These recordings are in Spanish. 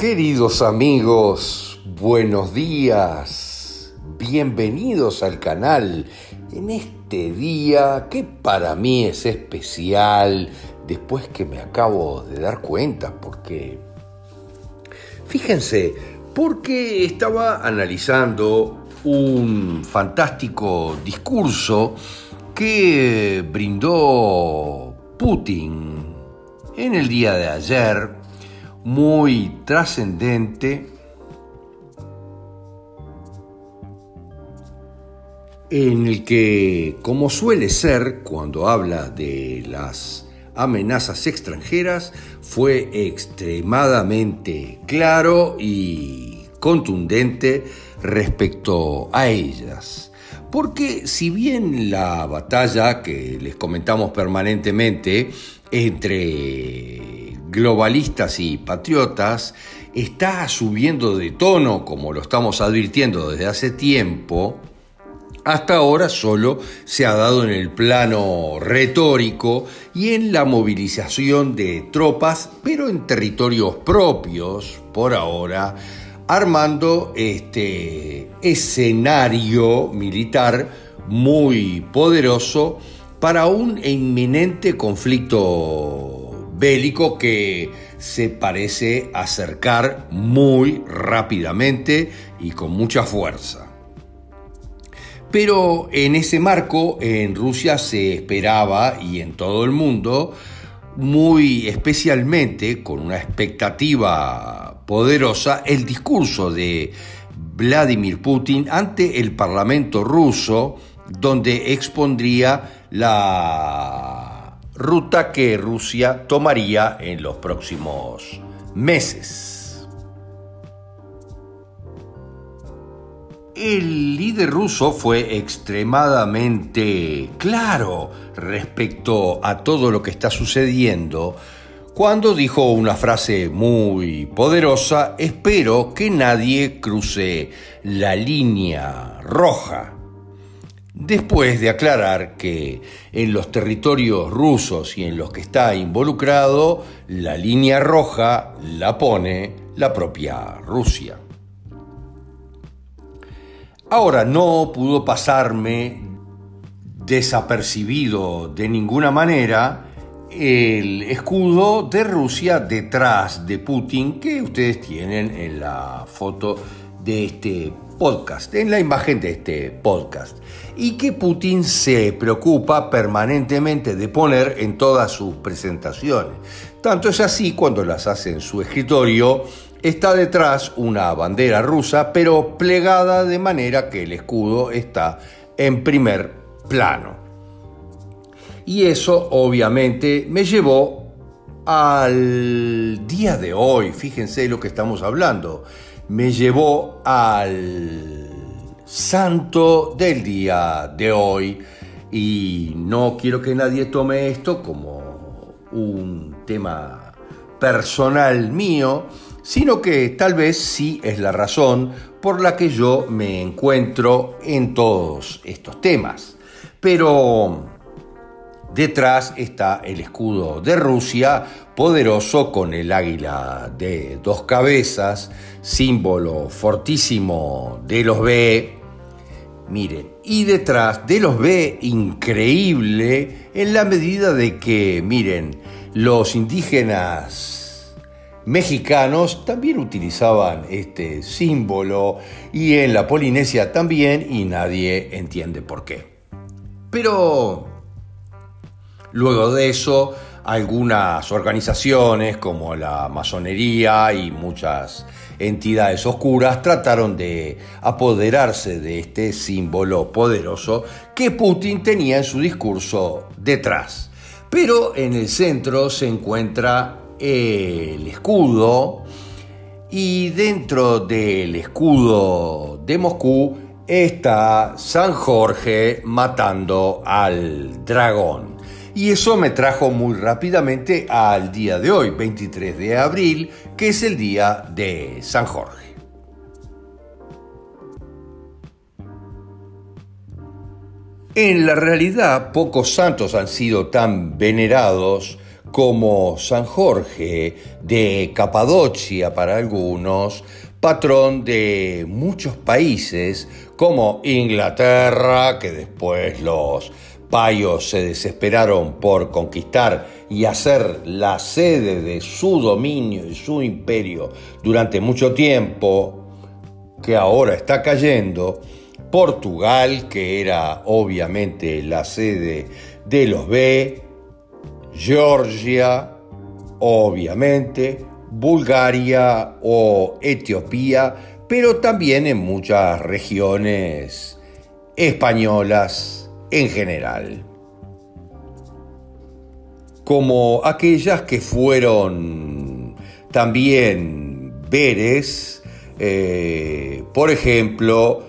Queridos amigos, buenos días, bienvenidos al canal en este día que para mí es especial después que me acabo de dar cuenta, porque estaba analizando un fantástico discurso que brindó Putin en el día de ayer, muy trascendente, en el que, como suele ser cuando habla de las amenazas extranjeras, fue extremadamente claro y contundente respecto a ellas. Porque si bien la batalla que les comentamos permanentemente entre globalistas y patriotas está subiendo de tono, como lo estamos advirtiendo desde hace tiempo, hasta ahora solo se ha dado en el plano retórico y en la movilización de tropas, pero en territorios propios, por ahora, armando este escenario militar muy poderoso para un inminente conflicto bélico que se parece acercar muy rápidamente y con mucha fuerza. Pero en ese marco, en Rusia se esperaba, y en todo el mundo, muy especialmente, con una expectativa poderosa, el discurso de Vladimir Putin ante el Parlamento ruso, donde expondría la ruta que Rusia tomaría en los próximos meses. El líder ruso fue extremadamente claro respecto a todo lo que está sucediendo cuando dijo una frase muy poderosa: espero que nadie cruce la línea roja. Después de aclarar que en los territorios rusos y en los que está involucrado, la línea roja la pone la propia Rusia. Ahora, no pudo pasarme desapercibido de ninguna manera el escudo de Rusia detrás de Putin que ustedes tienen en la foto de este podcast, en la imagen de este podcast, y que Putin se preocupa permanentemente de poner en todas sus presentaciones. Tanto es así, cuando las hace en su escritorio, está detrás una bandera rusa, pero plegada de manera que el escudo está en primer plano. Y eso obviamente me llevó al día de hoy. Fíjense lo que estamos hablando. Me llevó al santo del día de hoy, y no quiero que nadie tome esto como un tema personal mío, sino que tal vez sí es la razón por la que yo me encuentro en todos estos temas. Pero detrás está el escudo de Rusia, poderoso, con el águila de dos cabezas, símbolo fortísimo de los B. Miren, y detrás de los B, increíble en la medida de que, miren, los indígenas mexicanos también utilizaban este símbolo, y en la Polinesia también, y nadie entiende por qué. Pero luego de eso, algunas organizaciones como la masonería y muchas entidades oscuras trataron de apoderarse de este símbolo poderoso que Putin tenía en su discurso detrás. Pero en el centro se encuentra el escudo, y dentro del escudo de Moscú está San Jorge matando al dragón. Y eso me trajo muy rápidamente al día de hoy, 23 de abril, que es el día de San Jorge. En la realidad, pocos santos han sido tan venerados como San Jorge de Capadocia para algunos, patrón de muchos países como Inglaterra, que después los payos se desesperaron por conquistar y hacer la sede de su dominio y su imperio durante mucho tiempo, que ahora está cayendo. Portugal, que era obviamente la sede de los B, Georgia, obviamente, Bulgaria o Etiopía, pero también en muchas regiones españolas en general, como aquellas que fueron también Beres, por ejemplo,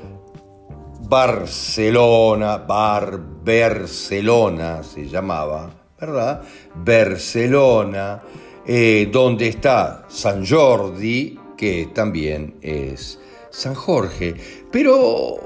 Barcelona se llamaba, ¿verdad? Barcelona, donde está San Jordi, que también es San Jorge. Pero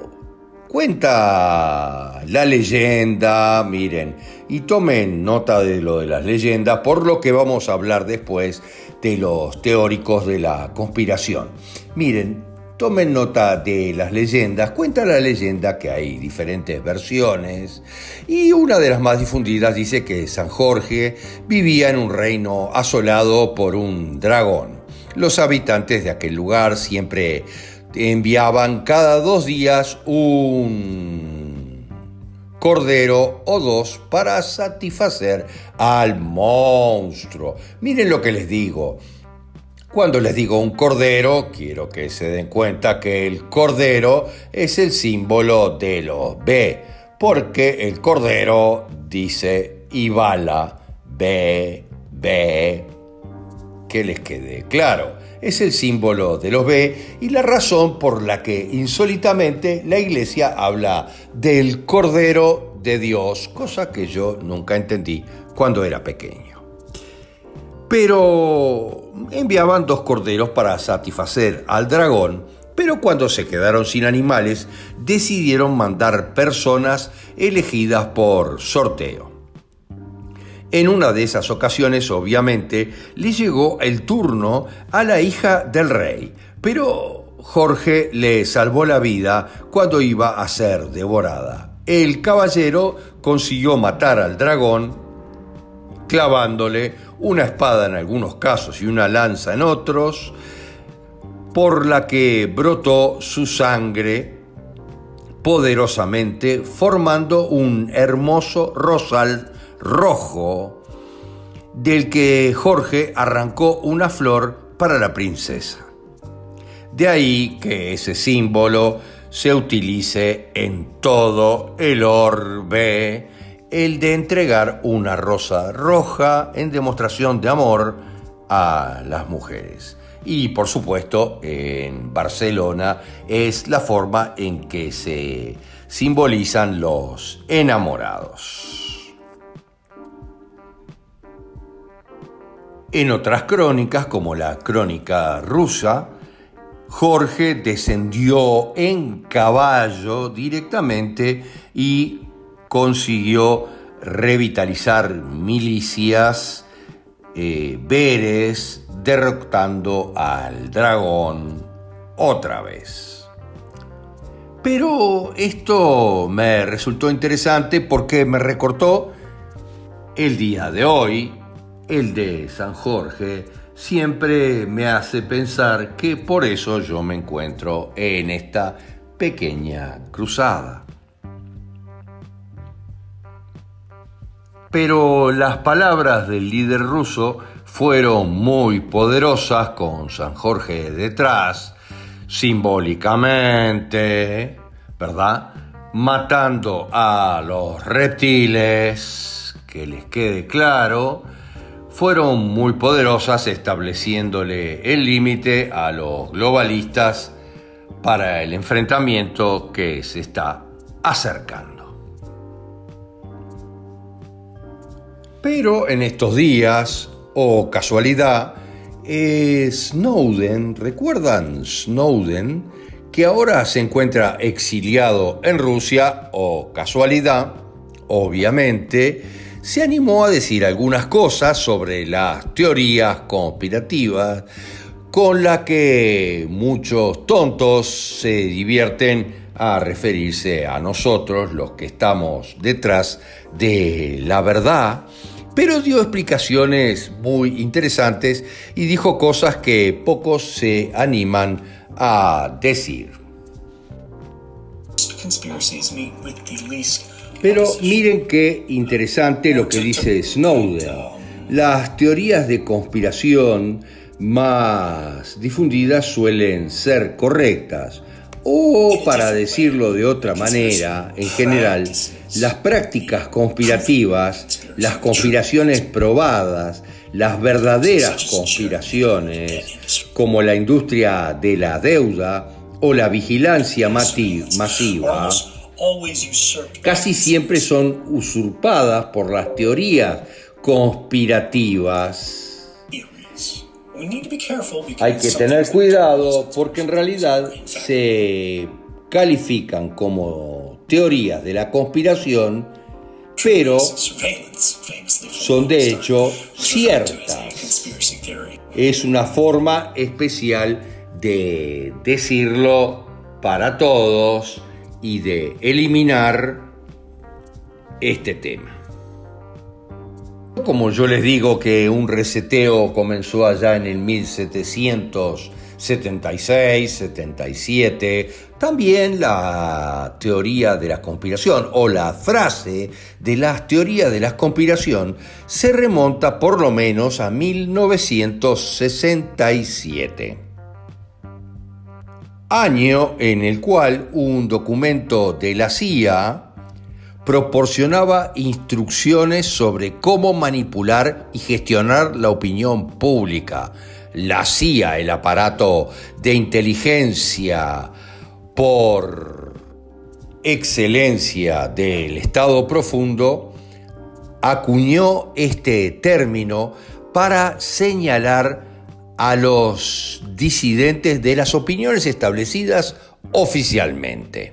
cuenta la leyenda, miren, y tomen nota de lo de las leyendas, por lo que vamos a hablar después de los teóricos de la conspiración. Miren, tomen nota de las leyendas. Cuenta la leyenda que hay diferentes versiones y una de las más difundidas dice que San Jorge vivía en un reino asolado por un dragón. Los habitantes de aquel lugar siempre enviaban cada 2 días un cordero o 2 para satisfacer al monstruo. Miren lo que les digo. Cuando les digo un cordero, quiero que se den cuenta que el cordero es el símbolo de los B, porque el cordero dice Ibala, B, que les quede claro. Es el símbolo de los B y la razón por la que insólitamente la iglesia habla del Cordero de Dios, cosa que yo nunca entendí cuando era pequeño. Pero enviaban 2 corderos para satisfacer al dragón, pero cuando se quedaron sin animales, decidieron mandar personas elegidas por sorteo. En una de esas ocasiones, obviamente, le llegó el turno a la hija del rey, pero Jorge le salvó la vida cuando iba a ser devorada. El caballero consiguió matar al dragón, clavándole una espada en algunos casos y una lanza en otros, por la que brotó su sangre poderosamente, formando un hermoso rosal rojo, del que Jorge arrancó una flor para la princesa. De ahí que ese símbolo se utilice en todo el orbe, el de entregar una rosa roja en demostración de amor a las mujeres. Y por supuesto, en Barcelona es la forma en que se simbolizan los enamorados. En otras crónicas, como la crónica rusa, Jorge descendió en caballo directamente y consiguió revitalizar milicias Beres, derrotando al dragón otra vez. Pero esto me resultó interesante porque me recortó el día de hoy, el de San Jorge. Siempre me hace pensar que por eso yo me encuentro en esta pequeña cruzada. Pero las palabras del líder ruso fueron muy poderosas con San Jorge detrás, simbólicamente, ¿verdad? Matando a los reptiles, que les quede claro, fueron muy poderosas estableciéndole el límite a los globalistas para el enfrentamiento que se está acercando. Pero en estos días, o casualidad, Snowden, ¿recuerdan Snowden? Que ahora se encuentra exiliado en Rusia, o casualidad, obviamente, se animó a decir algunas cosas sobre las teorías conspirativas con las que muchos tontos se divierten a referirse a nosotros, los que estamos detrás de la verdad, pero dio explicaciones muy interesantes y dijo cosas que pocos se animan a decir. Pero miren qué interesante lo que dice Snowden. Las teorías de conspiración más difundidas suelen ser correctas, o para decirlo de otra manera, en general, las prácticas conspirativas, las conspiraciones probadas, las verdaderas conspiraciones, como la industria de la deuda o la vigilancia masiva, casi siempre son usurpadas por las teorías conspirativas. Hay que tener cuidado porque en realidad se califican como teorías de la conspiración, pero son de hecho ciertas. Es una forma especial de decirlo para todos y de eliminar este tema. Como yo les digo que un reseteo comenzó allá en el 1776, 77, también la teoría de la conspiración o la frase de las teorías de la conspiración se remonta por lo menos a 1967. Año en el cual un documento de la CIA proporcionaba instrucciones sobre cómo manipular y gestionar la opinión pública. La CIA, el aparato de inteligencia por excelencia del Estado profundo, acuñó este término para señalar a los disidentes de las opiniones establecidas oficialmente.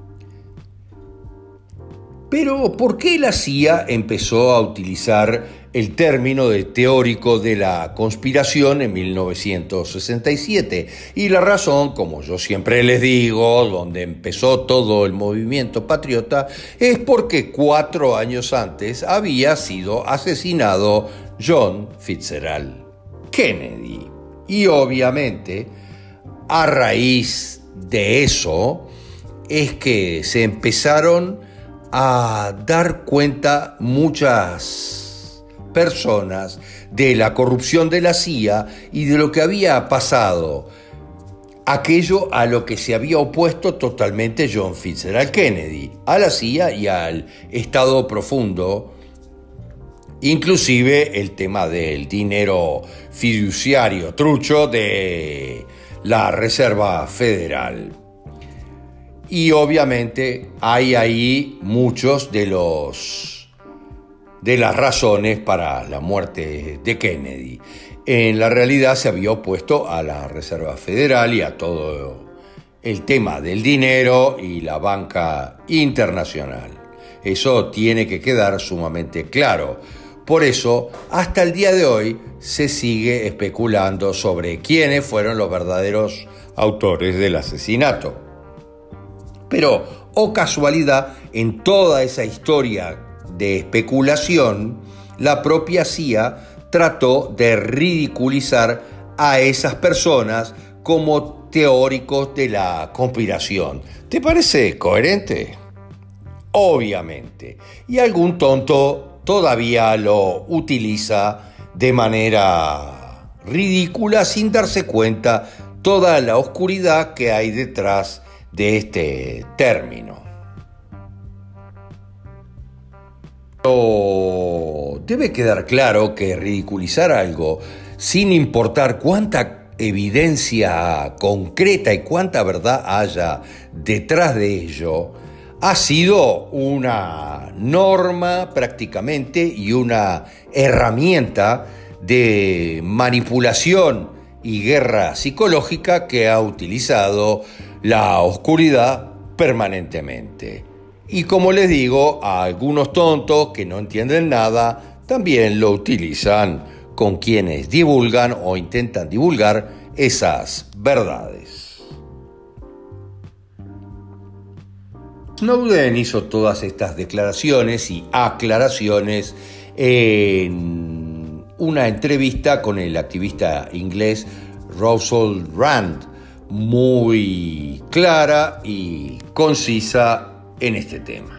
Pero, ¿por qué la CIA empezó a utilizar el término de teórico de la conspiración en 1967? Y la razón, como yo siempre les digo, donde empezó todo el movimiento patriota, es porque 4 años antes había sido asesinado John Fitzgerald Kennedy. Y obviamente, a raíz de eso, es que se empezaron a dar cuenta muchas personas de la corrupción de la CIA y de lo que había pasado, aquello a lo que se había opuesto totalmente John Fitzgerald Kennedy, a la CIA y al Estado profundo, inclusive el tema del dinero fiduciario trucho de la Reserva Federal. Y obviamente hay ahí muchos de las razones para la muerte de Kennedy. En la realidad se había opuesto a la Reserva Federal y a todo el tema del dinero y la banca internacional. Eso tiene que quedar sumamente claro. Por eso, hasta el día de hoy, se sigue especulando sobre quiénes fueron los verdaderos autores del asesinato. Pero, oh casualidad, en toda esa historia de especulación, la propia CIA trató de ridiculizar a esas personas como teóricos de la conspiración. ¿Te parece coherente? Obviamente. Y algún tonto todavía lo utiliza de manera ridícula sin darse cuenta toda la oscuridad que hay detrás de este término. Pero debe quedar claro que ridiculizar algo, sin importar cuánta evidencia concreta y cuánta verdad haya detrás de ello, ha sido una norma prácticamente y una herramienta de manipulación y guerra psicológica que ha utilizado la oscuridad permanentemente. Y como les digo, a algunos tontos que no entienden nada también lo utilizan con quienes divulgan o intentan divulgar esas verdades. Snowden hizo todas estas declaraciones y aclaraciones en una entrevista con el activista inglés Russell Brand, muy clara y concisa en este tema.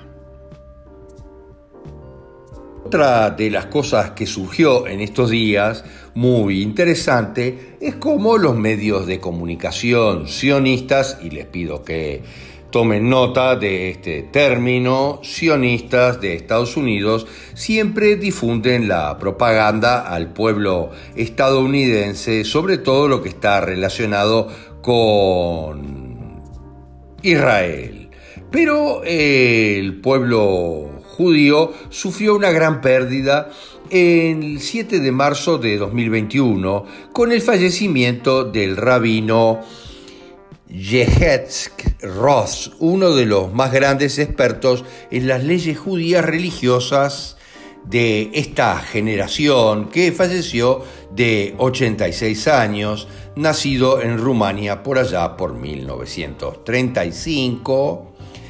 Otra de las cosas que surgió en estos días, muy interesante, es cómo los medios de comunicación sionistas, y les pido que tomen nota de este término, sionistas de Estados Unidos, siempre difunden la propaganda al pueblo estadounidense, sobre todo lo que está relacionado con Israel. Pero el pueblo judío sufrió una gran pérdida el 7 de marzo de 2021 con el fallecimiento del rabino Yehitzhak Ross, uno de los más grandes expertos en las leyes judías religiosas de esta generación, que falleció de 86 años, nacido en Rumania por allá por 1935.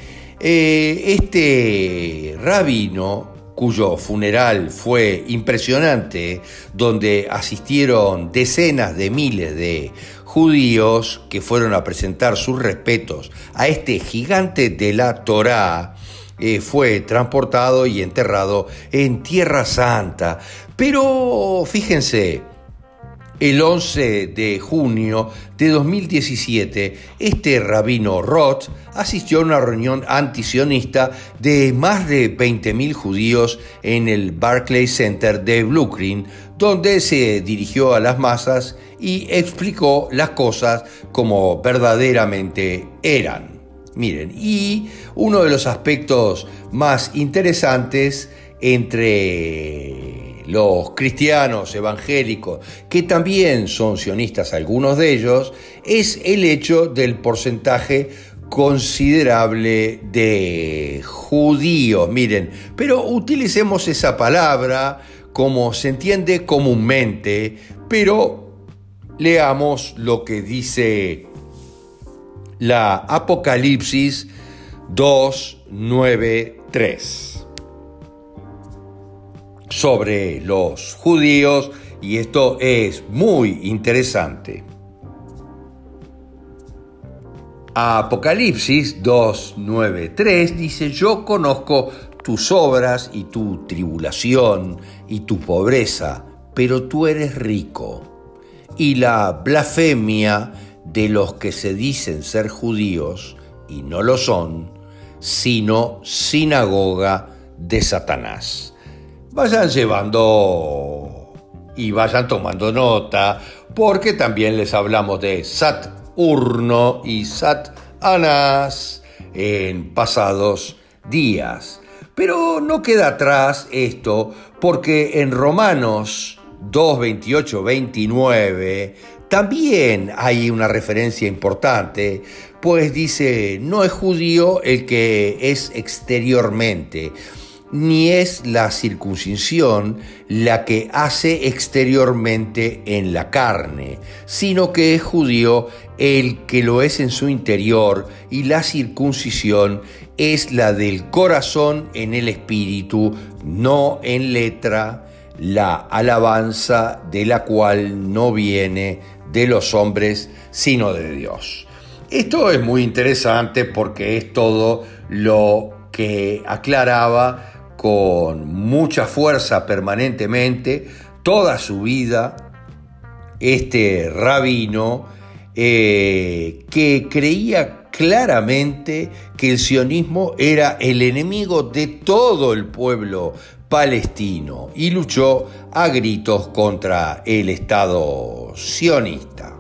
Este rabino, cuyo funeral fue impresionante, donde asistieron decenas de miles de judíos que fueron a presentar sus respetos a este gigante de la Torá, fue transportado y enterrado en Tierra Santa. Pero fíjense, el 11 de junio de 2017, este rabino Roth asistió a una reunión antisionista de más de 20.000 judíos en el Barclays Center de Brooklyn, donde se dirigió a las masas y explicó las cosas como verdaderamente eran. Miren, y uno de los aspectos más interesantes entre los cristianos evangélicos, que también son sionistas algunos de ellos, es el hecho del porcentaje considerable de judíos. Miren, pero utilicemos esa palabra como se entiende comúnmente, pero leamos lo que dice la Apocalipsis 2:9-3 sobre los judíos, y esto es muy interesante. Apocalipsis 2:9-3 dice: yo conozco tus obras y tu tribulación y tu pobreza, pero tú eres rico, y la blasfemia de los que se dicen ser judíos y no lo son, sino sinagoga de Satanás. Vayan llevando y vayan tomando nota, porque también les hablamos de Saturno y Satanás en pasados días. Pero no queda atrás esto, porque en Romanos 2:28-29 también hay una referencia importante, pues dice: no es judío el que es exteriormente, ni es la circuncisión la que hace exteriormente en la carne, sino que es judío el que lo es en su interior, y la circuncisión es la del corazón en el espíritu, no en letra, la alabanza de la cual no viene de los hombres, sino de Dios. Esto es muy interesante porque es todo lo que aclaraba con mucha fuerza permanentemente toda su vida este rabino, que creía claramente que el sionismo era el enemigo de todo el pueblo palestino y luchó a gritos contra el Estado sionista.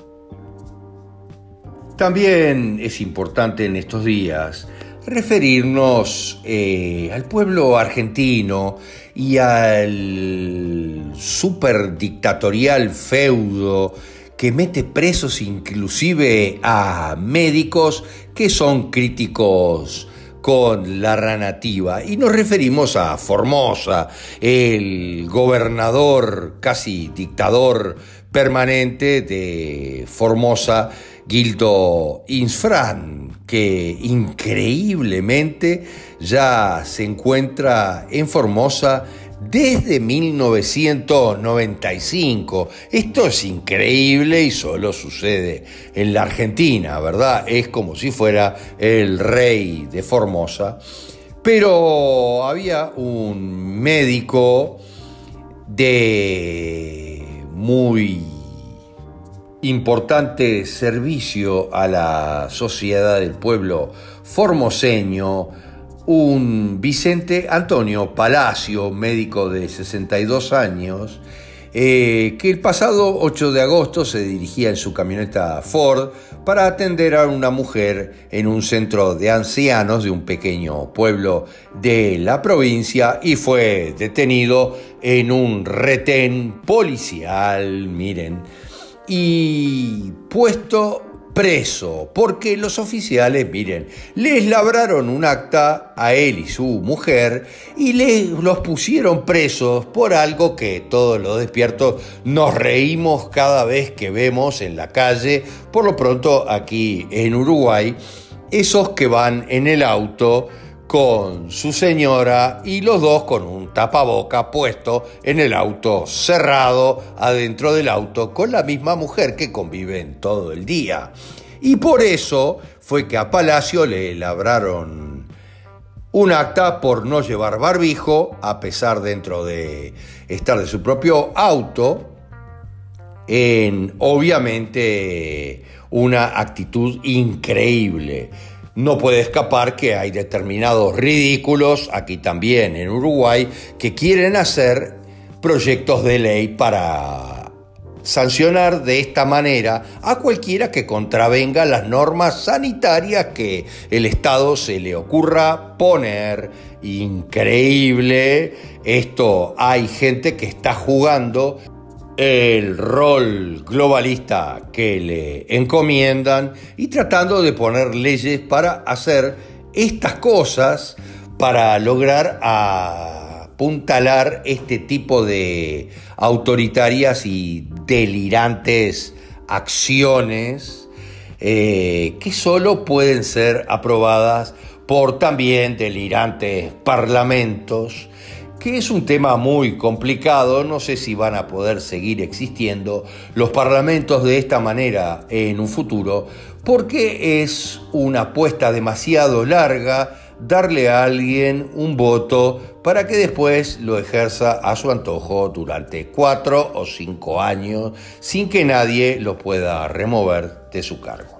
También es importante en estos días referirnos al pueblo argentino y al superdictatorial feudo que mete presos inclusive a médicos que son críticos con la nativa y nos referimos a Formosa, el gobernador, casi dictador permanente de Formosa, Gildo Infran, que increíblemente ya se encuentra en Formosa desde 1995. Esto es increíble y solo sucede en la Argentina, ¿verdad? Es como si fuera el rey de Formosa. Pero había un médico de muy importante servicio a la sociedad del pueblo formoseño, un Vicente Antonio Palacio, médico de 62 años, que el pasado 8 de agosto se dirigía en su camioneta Ford para atender a una mujer en un centro de ancianos de un pequeño pueblo de la provincia y fue detenido en un retén policial, miren, y puesto preso, porque los oficiales, miren, les labraron un acta a él y su mujer y los pusieron presos por algo que todos los despiertos nos reímos cada vez que vemos en la calle, por lo pronto aquí en Uruguay, esos que van en el auto con su señora y los dos con un tapaboca puesto en el auto, cerrado adentro del auto con la misma mujer que conviven todo el día. Y por eso fue que a Palacio le labraron un acta por no llevar barbijo, a pesar dentro de estar de su propio auto, en obviamente una actitud increíble. No puede escapar que hay determinados ridículos, aquí también en Uruguay, que quieren hacer proyectos de ley para sancionar de esta manera a cualquiera que contravenga las normas sanitarias que el Estado se le ocurra poner. Increíble. Esto, hay gente que está jugando el rol globalista que le encomiendan y tratando de poner leyes para hacer estas cosas, para lograr apuntalar este tipo de autoritarias y delirantes acciones que solo pueden ser aprobadas por también delirantes parlamentos, que es un tema muy complicado. No sé si van a poder seguir existiendo los parlamentos de esta manera en un futuro, porque es una apuesta demasiado larga darle a alguien un voto para que después lo ejerza a su antojo durante 4 o 5 años sin que nadie lo pueda remover de su cargo.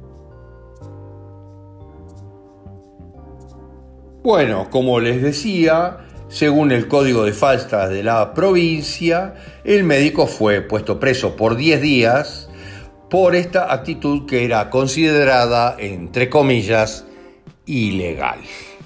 Bueno, como les decía, según el Código de Faltas de la provincia, el médico fue puesto preso por 10 días por esta actitud que era considerada, entre comillas, ilegal.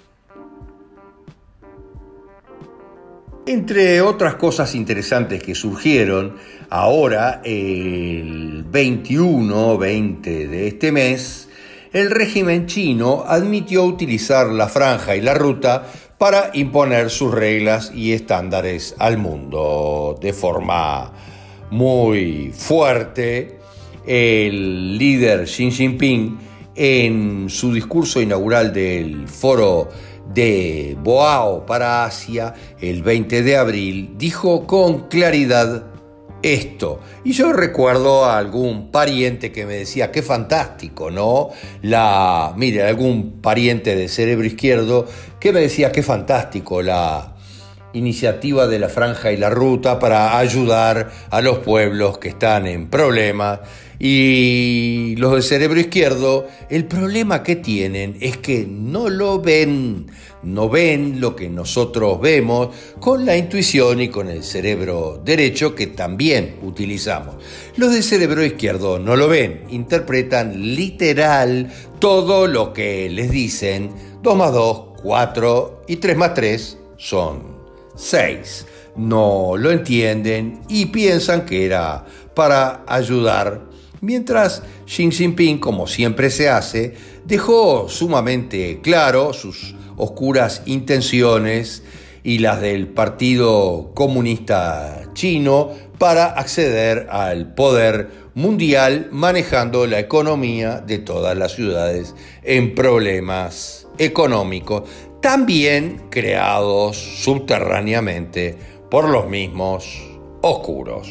Entre otras cosas interesantes que surgieron, ahora, el 21-20 de este mes, el régimen chino admitió utilizar la franja y la ruta para imponer sus reglas y estándares al mundo de forma muy fuerte. El líder Xi Jinping, en su discurso inaugural del Foro de Boao para Asia, el 20 de abril, dijo con claridad esto. Y yo recuerdo a algún pariente que me decía, qué fantástico, ¿no? Mire, algún pariente de Cerebro Izquierdo que me decía, qué fantástico la iniciativa de la Franja y la Ruta para ayudar a los pueblos que están en problemas. Y los de Cerebro Izquierdo, el problema que tienen es que no lo ven, no ven lo que nosotros vemos con la intuición y con el cerebro derecho que también utilizamos. Los de Cerebro Izquierdo no lo ven, interpretan literal todo lo que les dicen. 2 más 2, 4 y 3 más 3 son 6. No lo entienden y piensan que era para ayudar Mientras Xi Jinping, como siempre se hace, dejó sumamente claro sus oscuras intenciones y las del Partido Comunista Chino para acceder al poder mundial manejando la economía de todas las ciudades en problemas económicos, también creados subterráneamente por los mismos oscuros.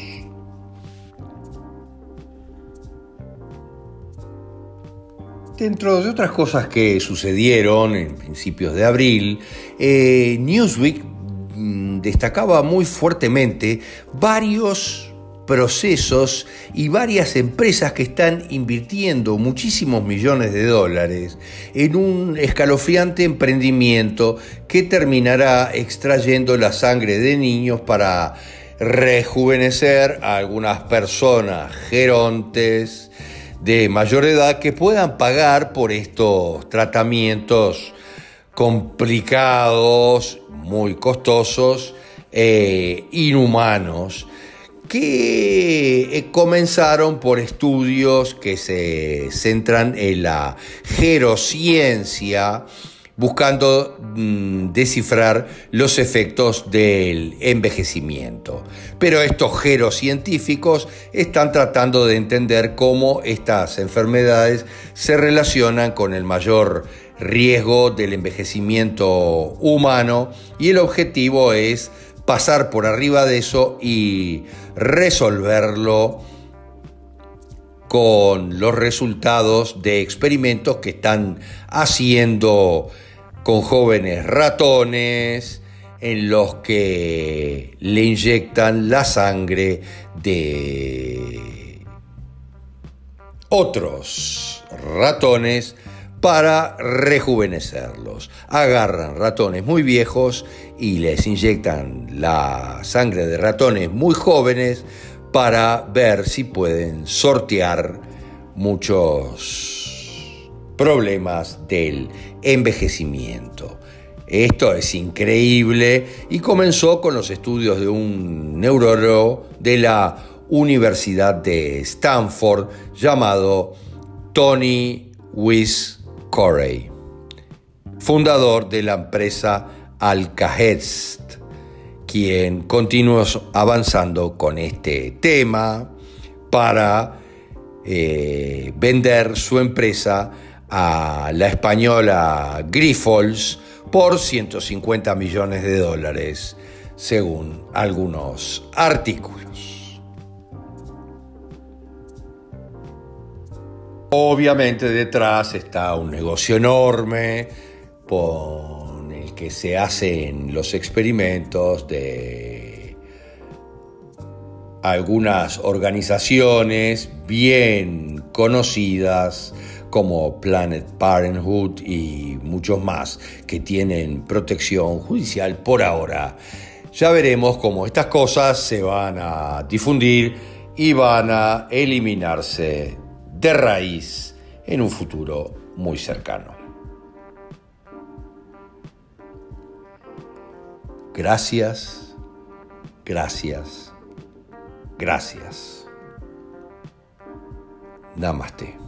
Dentro de otras cosas que sucedieron en principios de abril, Newsweek destacaba muy fuertemente varios procesos y varias empresas que están invirtiendo muchísimos millones de dólares en un escalofriante emprendimiento que terminará extrayendo la sangre de niños para rejuvenecer a algunas personas gerontes de mayor edad que puedan pagar por estos tratamientos complicados, muy costosos, inhumanos, que comenzaron por estudios que se centran en la gerociencia, buscando descifrar los efectos del envejecimiento. Pero estos gerocientíficos están tratando de entender cómo estas enfermedades se relacionan con el mayor riesgo del envejecimiento humano, y el objetivo es pasar por arriba de eso y resolverlo con los resultados de experimentos que están haciendo con jóvenes ratones, en los que le inyectan la sangre de otros ratones para rejuvenecerlos. Agarran ratones muy viejos y les inyectan la sangre de ratones muy jóvenes para ver si pueden sortear muchos problemas del envejecimiento. Esto es increíble y comenzó con los estudios de un neurólogo de la Universidad de Stanford llamado Tony Corey, fundador de la empresa Alkahest, quien continuó avanzando con este tema para vender su empresa a la española Grifols por 150 millones de dólares, según algunos artículos. Obviamente detrás está un negocio enorme con el que se hacen los experimentos de algunas organizaciones bien conocidas como Planned Parenthood y muchos más que tienen protección judicial por ahora. Ya veremos cómo estas cosas se van a difundir y van a eliminarse de raíz en un futuro muy cercano. Gracias, gracias, gracias. Namaste.